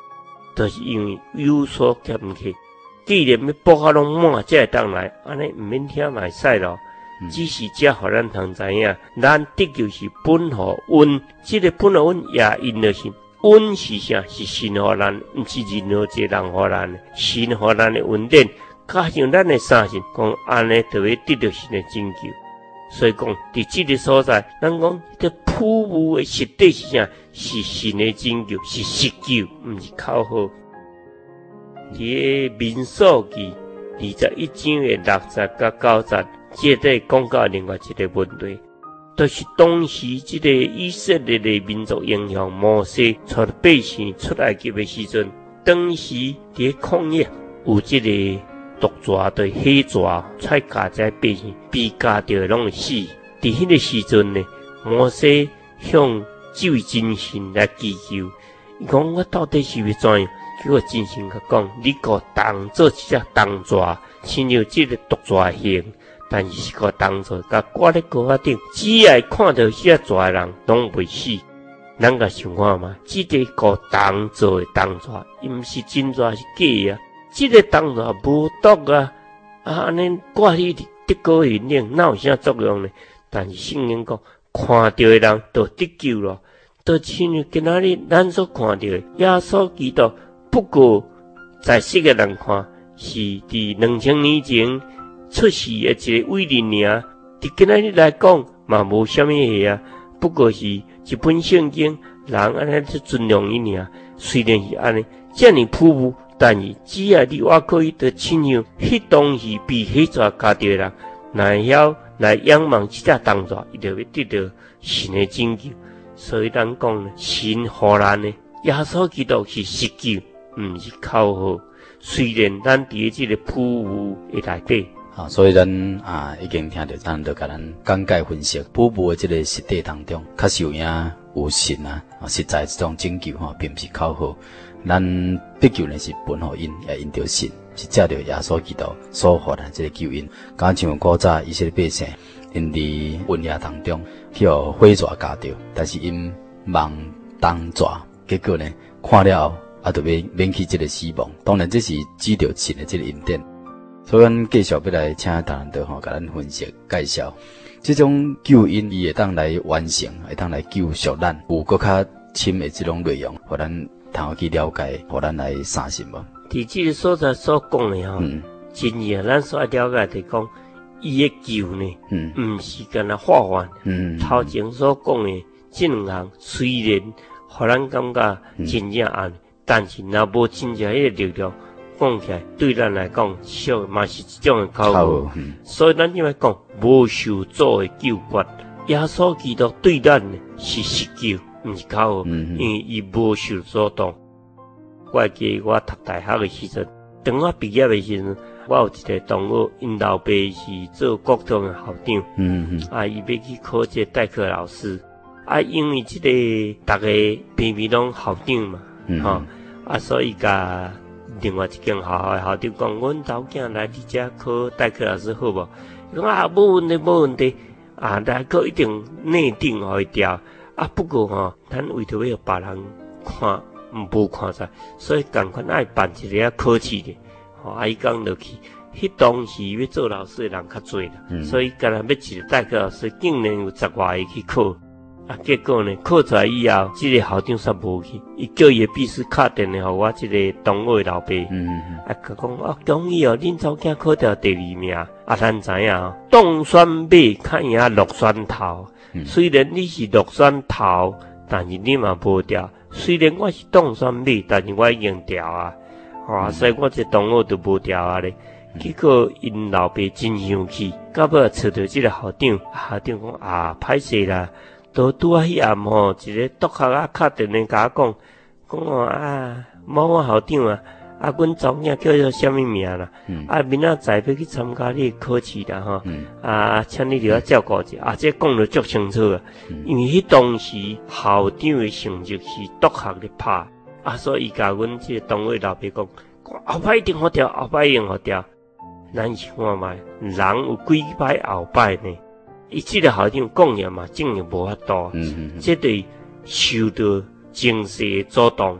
就是因为有所欠缺。既然要补较拢满，才会当来，安尼毋免听嘛会使咯。嗯、只是才互咱通知影，咱得救是本和恩，即、这个本和恩也因着是恩是啥？是神互咱，毋是任何一个人互咱的，神互咱的恩典，加上咱的三信，讲安尼就会得到神的拯救。所以讲，伫即个所在，咱讲这普悟的实底是啥？是神的拯救，是实救，毋是口号。伫个民数记二十一章的六十甲九十，接着讲到另外一个问题，就是当时即个以色列的民族影响摩西带百姓出埃及的时阵，当时伫个旷野有即个毒蛇对黑蛇踹家在百姓，被家着拢会死。伫迄个时阵呢，摩西向这位真神来祈求，伊讲我到底是要怎样？结果真神甲讲，你个当做一只铜蛇，亲像即个毒蛇形，但是是个铜蛇，甲挂咧高顶，只要看到迄只蛇的人，拢袂死。咱甲想看嘛，即、这个个铜做的铜蛇，伊毋是真蛇是假啊。即、这个铜蛇无毒啊，啊安尼挂去得高云顶，哪有啥作用呢？但是圣经讲，看到的人就得救了。就亲像今仔日咱所看到的耶稣基督。不过，在世个人看是伫两千年前出世的一个伟人尔，伫今仔日来讲嘛无啥物个啊。不过是一本圣经，人安尼去尊重伊尔。虽然是安尼，遮尔普悟，但是只要你我可以得亲像迄当时被迄蛇咬着人，若晓来仰望即只动作，伊就要得到神的拯救。所以咱讲呢，神互咱呢，耶稣基督是实救。毋是口号，虽然咱伫即个普悟的内底，
啊，所以咱啊已经听到，咱就甲咱讲解分析普悟的即个实地当中，确实有影有神啊，啊实在这种拯救吼，并不是口号。咱得救呢是本乎因，也因着神，是借着耶稣基督所获咱即个救恩。刚像古早以色列百姓，因伫瘟疫当中去互火蛇咬着，但是因望当蛇，结果呢看了后。啊，就免免去这个死亡。当然，这是指着神的这个恩典。所以，咱继续要来请达人道吼，甲咱分析介绍这种救恩，伊会当来完成，会当来救赎咱，有搁较深的这种内容，互咱通去了解，互咱来相信无。
伫这个所在所讲的吼，嗯、真正咱所了解的讲，伊的救呢，嗯，毋是干那化完，嗯，头前所讲的这两项，虽然互咱感觉真正安。嗯但是，若无真正迄个力量，讲起来对咱来讲，小嘛是一种的口号。嗯、所以咱就来讲，无受主的救赎，耶稣基督对咱呢是实救，毋是口号，嗯、因为伊无受所动。我记得我读大学的时阵，当我毕业的时阵，我有一个同学，因老爸是做国中的校长，嗯嗯，啊，伊要去考这代课老师，啊，因为这个大家平平拢校长嘛。嗯，吼、哦，啊，所以甲另外一间学校的校长讲，阮查某囝来你遮考代课老师好无？伊讲啊，无问题，无问题，啊，来考一定内定互伊调。啊，不过吼、哦，咱为着要别人看，无看在，所以赶快爱办一个考试的。吼、哦，啊，伊讲落去，迄当时要做老师的人较侪啦，嗯、所以干若要一个代课老师，竟然有十外个去考。啊，结果呢，考出来以后，这个校长煞无去，伊叫伊的秘书敲电话互我这个同学的老爸，嗯嗯啊，甲讲啊，恭喜哦，恁查某囝考到第二名，啊，咱知影哦，当选马较赢落选头，嗯、虽然你是落选头，但是你嘛无调。虽然我是当选马，但是我已经调啊，吼、啊，嗯、所以我这同学就无调啊咧。结果因老爸真生气，到尾找到这个校长，校长讲啊，歹势啦。都拄啊迄暗吼，一个督学啊敲电话甲我讲，讲哦啊，某某校长啊，啊，阮查某囝叫做啥物名啦？嗯、啊，明仔载要去参加你考试啦吼，嗯、啊，请你着要照顾者，啊，这讲得足清楚啊。嗯、因为迄当时校长的成绩是督学咧拍，啊，所以甲阮这个同学老爸讲，后摆一定好调，后摆一定好调。咱想看觅，人有几摆后摆呢？伊即个校长讲也嘛，真诶无法度，嗯嗯、这对受到情势的阻动。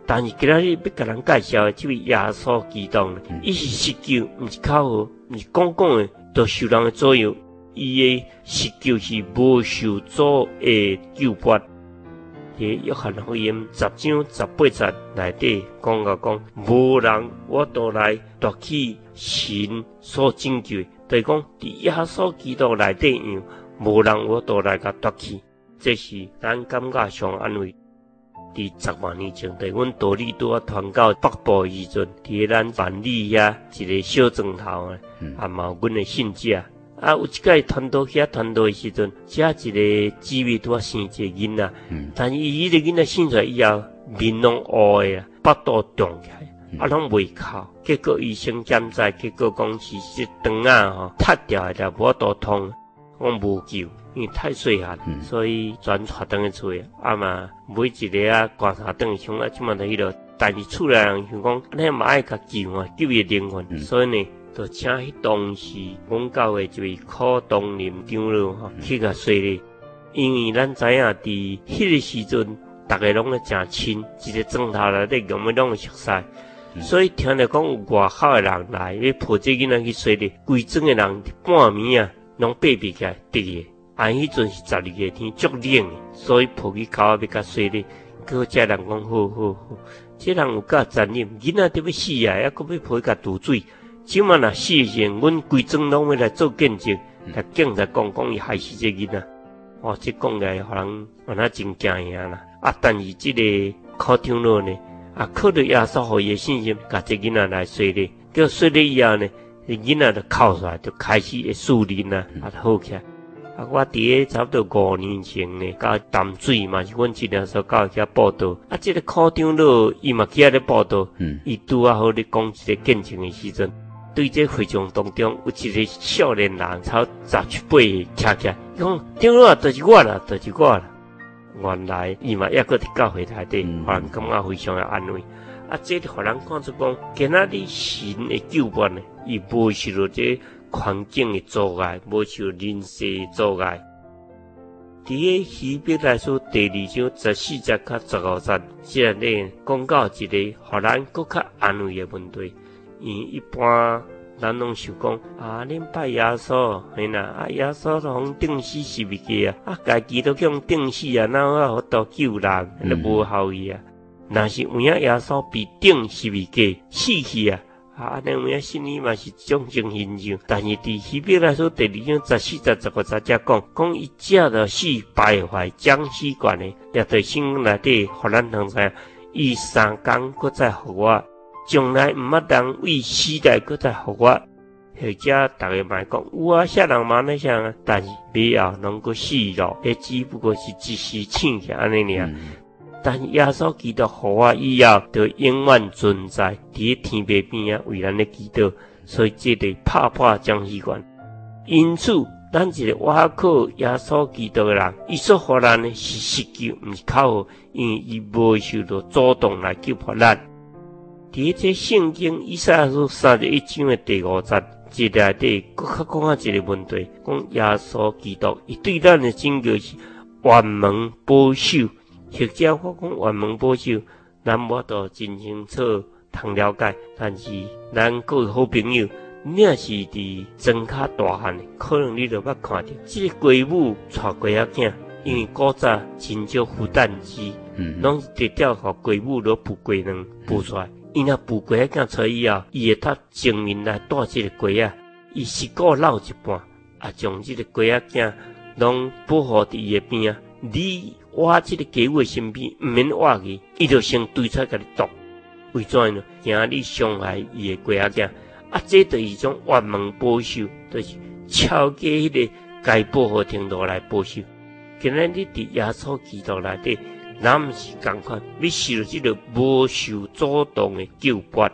但是今仔日要甲人介绍的这位耶稣基督呢，伊、嗯、是实救，毋是口号，毋是讲讲的，都受人的左右。伊的实救是无受主的救拔。伫约翰福音十章十八节内底讲到讲，无人我倒来夺去神所拯救，就是讲伫耶稣基督内底样，无人我倒来甲夺去。这是咱感觉上安慰。伫十万年前，伫阮道理拄啊传到北部时阵，伫咱万里遐一个小庄头啊，也嘛有阮的信者。啊，有一届传道遐传道的时阵，遮一个姊妹拄啊生一个囡仔，嗯、但是伊迄个囡仔生出来以后，面拢乌的啊，腹肚胀起来，嗯、啊拢袂哭。结果医生检查，结果讲是这肠啊吼塌掉的，无肚痛，讲无救，因为太细汉，嗯、所以全带转去厝诶。啊嘛，每一个啊观察转去，像啊即满都迄落，但是厝内人想讲，咱嘛爱甲救啊，救伊灵魂，嗯、所以呢。就请迄当时阮教诶一位柯东林长老吼去甲说咧，因为咱知影伫迄个时阵，逐个拢咧诚亲，一个庄头内底用诶拢会熟悉，嗯、所以听着讲有外口诶人来要抱这囡仔去说咧，规庄诶人半暝啊，拢爬爬起来得个。啊，迄阵是十二月天足冷诶，所以抱去口仔要甲说咧，结果这人讲好好好，这人有够残忍，囡仔得要死啊，还佫要抱去甲渡水。即满若死时，阮规庄拢要来做见证，来警察讲讲伊害死这囡仔。哦，这讲来，互人原来真惊吓啦。啊，但是这个柯长老呢，啊，靠着耶稣互伊的信心，甲这囡仔来说咧，叫说咧以后呢，这囡仔就哭出来，就开始会树林啊，啊，好起来。啊，我伫个差不多五年前呢，到淡水嘛是阮治疗所到遐报道。啊，这个柯长老伊嘛去遐咧报道，伊拄啊好咧讲一个见证的时阵。对这会场当中有一个少年人，超十七八岁徛起来，伊讲长老啊，就是我啦，就是我啦。原来伊嘛抑搁伫教会内底，互人感觉非常的安慰。啊，这互人看出讲，今仔日神的救拔呢，伊无受到这环境的阻碍，无受人世的阻碍。伫个希伯来书第二章十四节甲十五节，这里讲到一个互咱搁较安慰的问题。因一般咱拢想讲啊，恁拜耶稣，嘿啦，啊耶稣都互钉死是物件啊，啊家己都叫钉死啊，哪有法度救人，都无效益啊。若是有影耶稣被钉是物件死去啊，啊安尼有影心里嘛是一种情形象。但是伫希伯来书第二章十四节十五节才讲，讲伊借着死败坏将死权的，也对圣经内底互咱通知影，伊三工搁再互我。将来毋捌人为时代搁再互我，或者逐个嘛讲有啊，啥人嘛那啥啊，但是尾后拢搁死咯，迄只不过是一时醒起安尼尔。嗯、但是耶稣基督互我以后，就永远存在伫天边边啊，为咱咧祈祷，所以这个拍破将死权。因此，咱一个倚靠耶稣基督的人，伊所互咱的是实救，毋是口号，因为伊无受到主动来救拔咱。伫这圣经以赛亚书三十一章的第五节，这内底搁较讲啊一个问题，讲耶稣基督伊对咱的拯救是完门保守，或者我讲完门保守，咱无都真清楚通了解，但是咱各位好朋友，你若是伫庄较大汉的，可能你就捌看到，这个龟母带龟仔囝，因为古早真少孵蛋机，嗯，拢是直接互龟母落孵龟卵孵出来。伊若孵龟仔囝出来以后，伊会他前面来带这个龟仔，伊膝骨落一半，啊，将这个龟仔囝拢保护伫伊的边啊。你挖这个鸡母的身边，毋免挖去，伊就先对出甲你毒，为怎呢？惊你伤害伊的龟仔囝。啊，这就是一种完门保守，就是超过迄个该保护程度来保守。今日你伫耶稣基督内底。咱毋是共款，要受这个无受主动的救拔。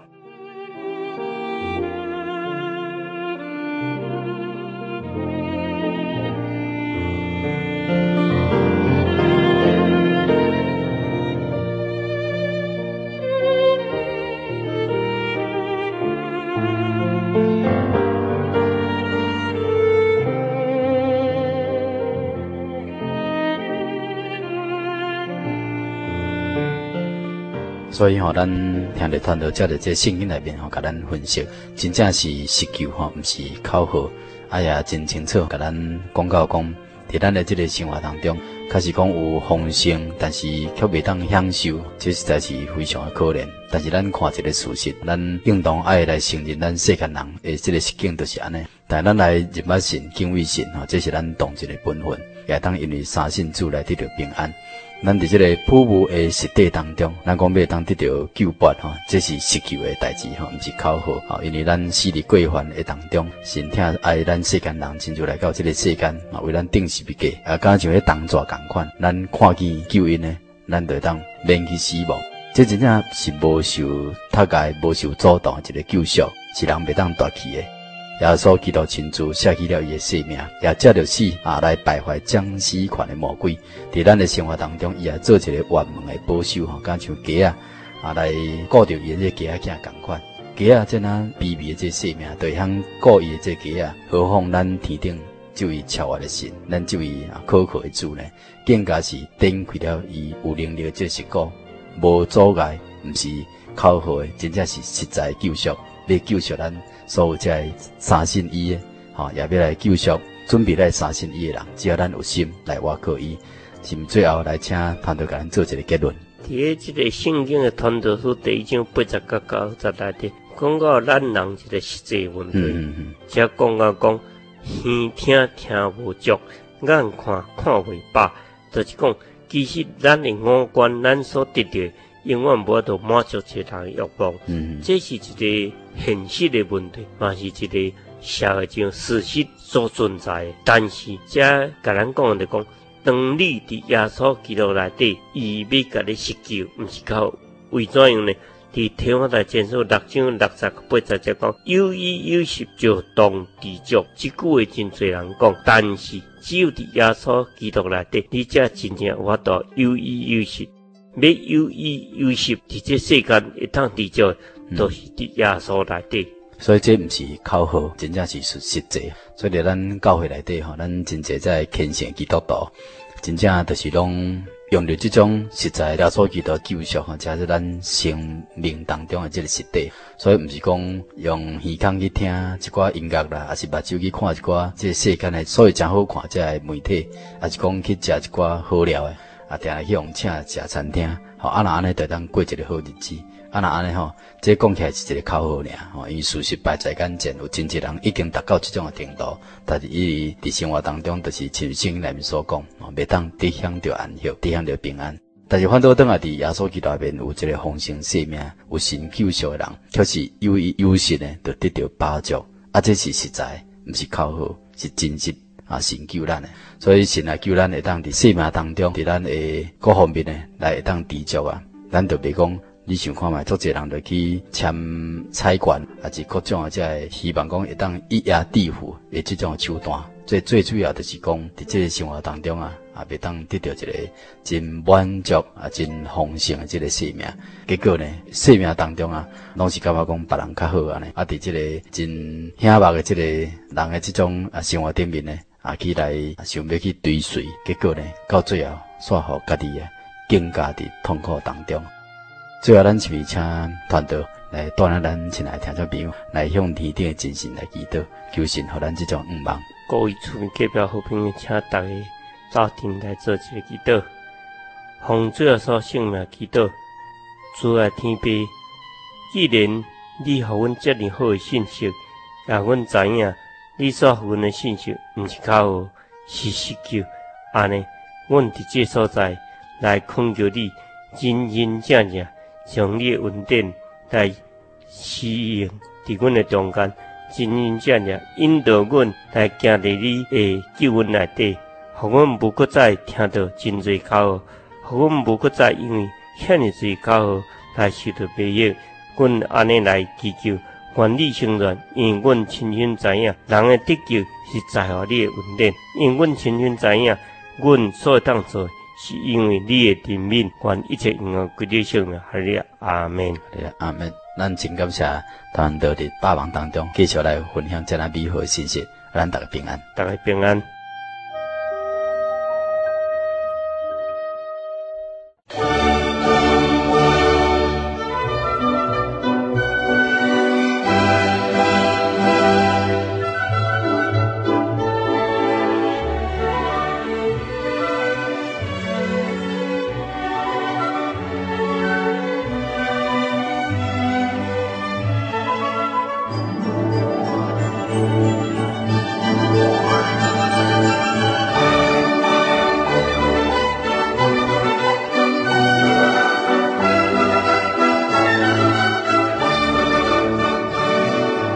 所以吼、哦，咱听着传道照着这圣经内面吼，甲咱分析，真正是实求吼，毋是口号。啊也真清楚，甲咱讲到讲，伫咱的这个生活当中，确实讲有丰盛，但是却袂当享受，这实在是非常的可怜。但是咱看一个事实，咱应当爱来承认咱世间人的这个实境就是安尼。但咱来认捌神、敬畏神吼，这是咱当一个本分，也当因为相信主来得到平安。咱伫这个普物的实地当中，咱讲要当得到救拔吼，这是实求的代志吼，毋是口号吼。因为咱死伫过犯的当中，神疼爱咱世间人，亲就来到这个世间，啊，为咱定死不嫁，啊，敢像迄当作共款，咱看见救恩呢，咱就当免去死亡。这真正是无受他界、无受阻挡一个救赎，是人袂当夺去的。耶稣基督亲自舍弃了伊的性命，也借着死啊来败坏将死权的魔鬼。伫咱的生活当中，伊也做一个万门的保守吼，敢像鸡啊啊来顾着伊的这鸡仔囝共款。鸡啊这那卑微的这性命，就通顾伊的这鸡啊，何况咱天顶就伊超越的神，咱就伊啊可靠的主呢？更加是展开了伊有能力的这实果，无阻碍，毋是口号的，真正是实在救赎，要救赎咱。所有这相信伊的，吼、哦，也要来救赎，准备来相信伊的人，只要咱有心来挖靠伊，是毋最后来请团队甲咱做一个结论。
伫即个圣经的传道书第一章八十到九十内底，讲到咱人一个实际问题，
嗯嗯
则讲到讲耳听听无足，眼看看袂饱，就是讲其实咱的五官，咱所得到永远无法度满足一个人的欲望，
嗯，
这是一个现实的问题，嘛是一个社会上事实所存在的。但是，这甲咱讲的就讲，当你伫耶稣基督内底，伊要甲你施救，毋是靠为怎样呢？伫提摩太前书六章六十八节则讲，有衣有食就当知足。即句话真侪人讲，但是只有伫耶稣基督内底，你才真正有法度有衣有食。要有衣有食，伫这世间会当知足，都是伫耶稣内底。
所以这毋是口号，真正是实实际。所以伫咱教会内底吼，咱真侪在虔诚基督徒，真正就是拢用着这种实在耶稣基督救赎吼，才是咱生命当中的这个实地。所以毋是讲用耳孔去听一寡音乐啦，还是目睭去看一寡这个世间的所以真好看这个媒体，还是讲去食一寡好料的。啊，定来去用请食餐厅，吼，啊，若安尼就当过一个好日子。啊，若安尼吼，这讲起来是一个口号尔，吼，因为事实摆在眼前，有真侪人已经达到这种的程度，但是伊伫生活当中，就是像圣经内面所讲，吼，袂当得享着安息，得享着平安。但是反倒等下伫耶稣基督内面有一个丰盛生命，有神救赎的人，却是有伊有神呢，就得到帮助。啊，这是实在，毋是口号，是真实。啊，神救咱的，所以神来救咱会当伫生命当中，伫咱的各方面呢，来会当知足啊。咱就别讲，你想看觅，足侪人就去签彩券，还是各种啊，即个希望讲会当一夜致富的这种手段。最最主要就是讲，伫这个生活当中啊，啊，袂当得到一个真满足啊、真丰盛的这个生命。结果呢，生命当中啊，拢是感觉讲别人较好安尼。啊，伫这个真显目的这个人的这种啊生活顶面呢。啊，去来想要去追随，结果呢，到最后煞互家己啊，更加伫痛苦当中。最后，咱是请团队来带领咱亲爱听众朋友来向天顶的真神来祈祷，求神互咱这种愿望。
各位厝边隔壁好朋友，请大家早定来做一个祈祷，奉最后所圣名祈祷，主啊天父，既然你互阮遮尔好的信息，让阮知影。你所付阮的信息，毋是口号，是实求。安尼，阮伫这所在来恳求你，真真正正将你的恩典来施用伫阮的中间，真真正正引导阮来行伫你的救恩内底，互阮无搁再听到真侪口号，互阮无搁再因为遐尔侪口号来受到培育。阮安尼来祈求。愿你成全，因为阮深深知影，人的得救是在乎你的恩典。因为阮深深知影，阮所当做是因为你的怜悯。愿一切荣耀归你圣名，哈利阿门。
阿门。咱真感谢团队伫百忙当中继续来分享这样美好的信息，咱大家平安，
大家平安。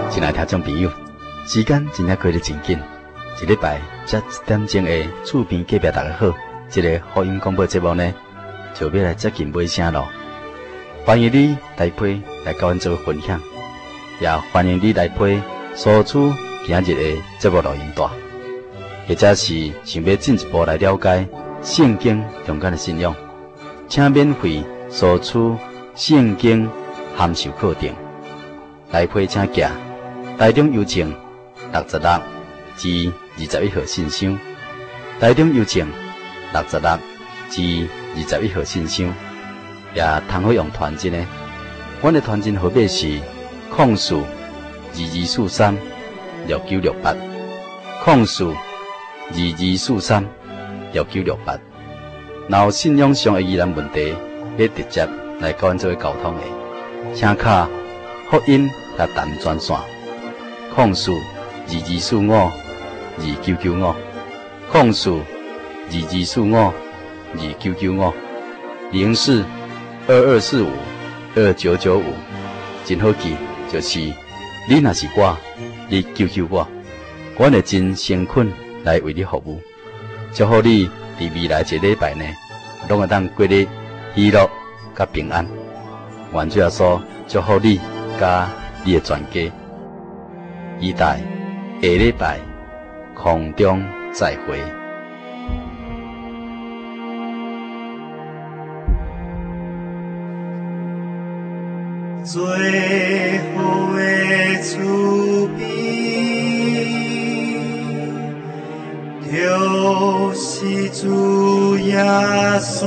亲爱听众朋友，时间真正过得真紧，一礼拜才一点钟的厝边隔壁大家好，这个福音广播节目呢，就要来接近尾声咯。欢迎你来陪来跟阮做分享，也欢迎你来陪索取今日的节目录音带，或者是想要进一步来了解圣经中间的信仰，请免费索取圣经函授课程，来陪请假。台中邮政六十六至二十一号信箱，台中邮政六十六至二十一号信箱，也通好用传真的。阮的传真号码是空四二二四三六九六八，空四二二四三六九六八。若有信仰上的疑难问题，要直接来跟阮做沟通的，请卡福音甲谈专线。控诉二二四五二九九五，控诉二二四五二九九五，零四二二四五二九九五，真好记，就是你若是我，你救救我，我会真诚恳来为你服务，祝福你伫未来一礼拜呢，拢会当过得喜乐甲平安。愿主耶稣祝福你甲你的全家。期待下礼拜空中再会。
最后的慈悲，就是主耶稣，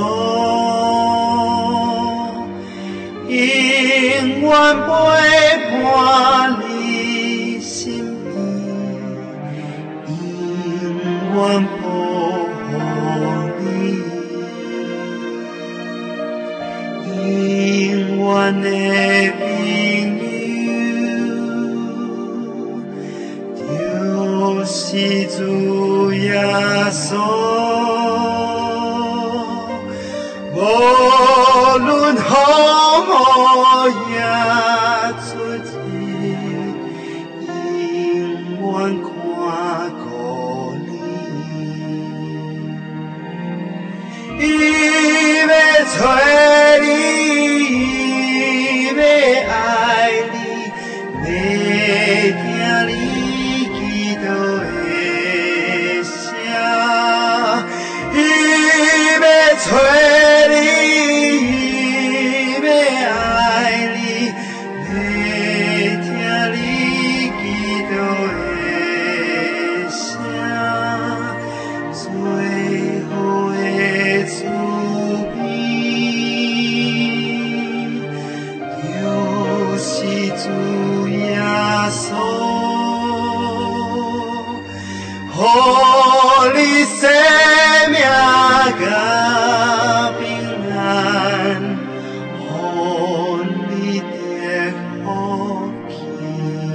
永远陪伴你。永远保护你，永远的朋友，就是主耶稣，无论风雨也出去，永远看顾。伊要找你，伊要爱你，要听你祈祷的声。伊要找你，伊要爱你，要听你祈祷的声。最后的慈悲，就是主耶稣，予你生命甲平安，予你得福气。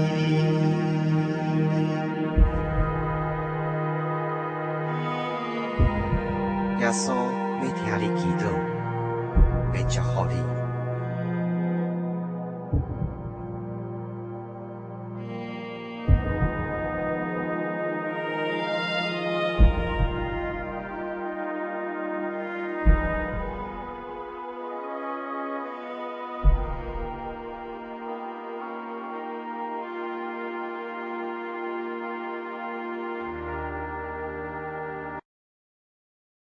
耶稣。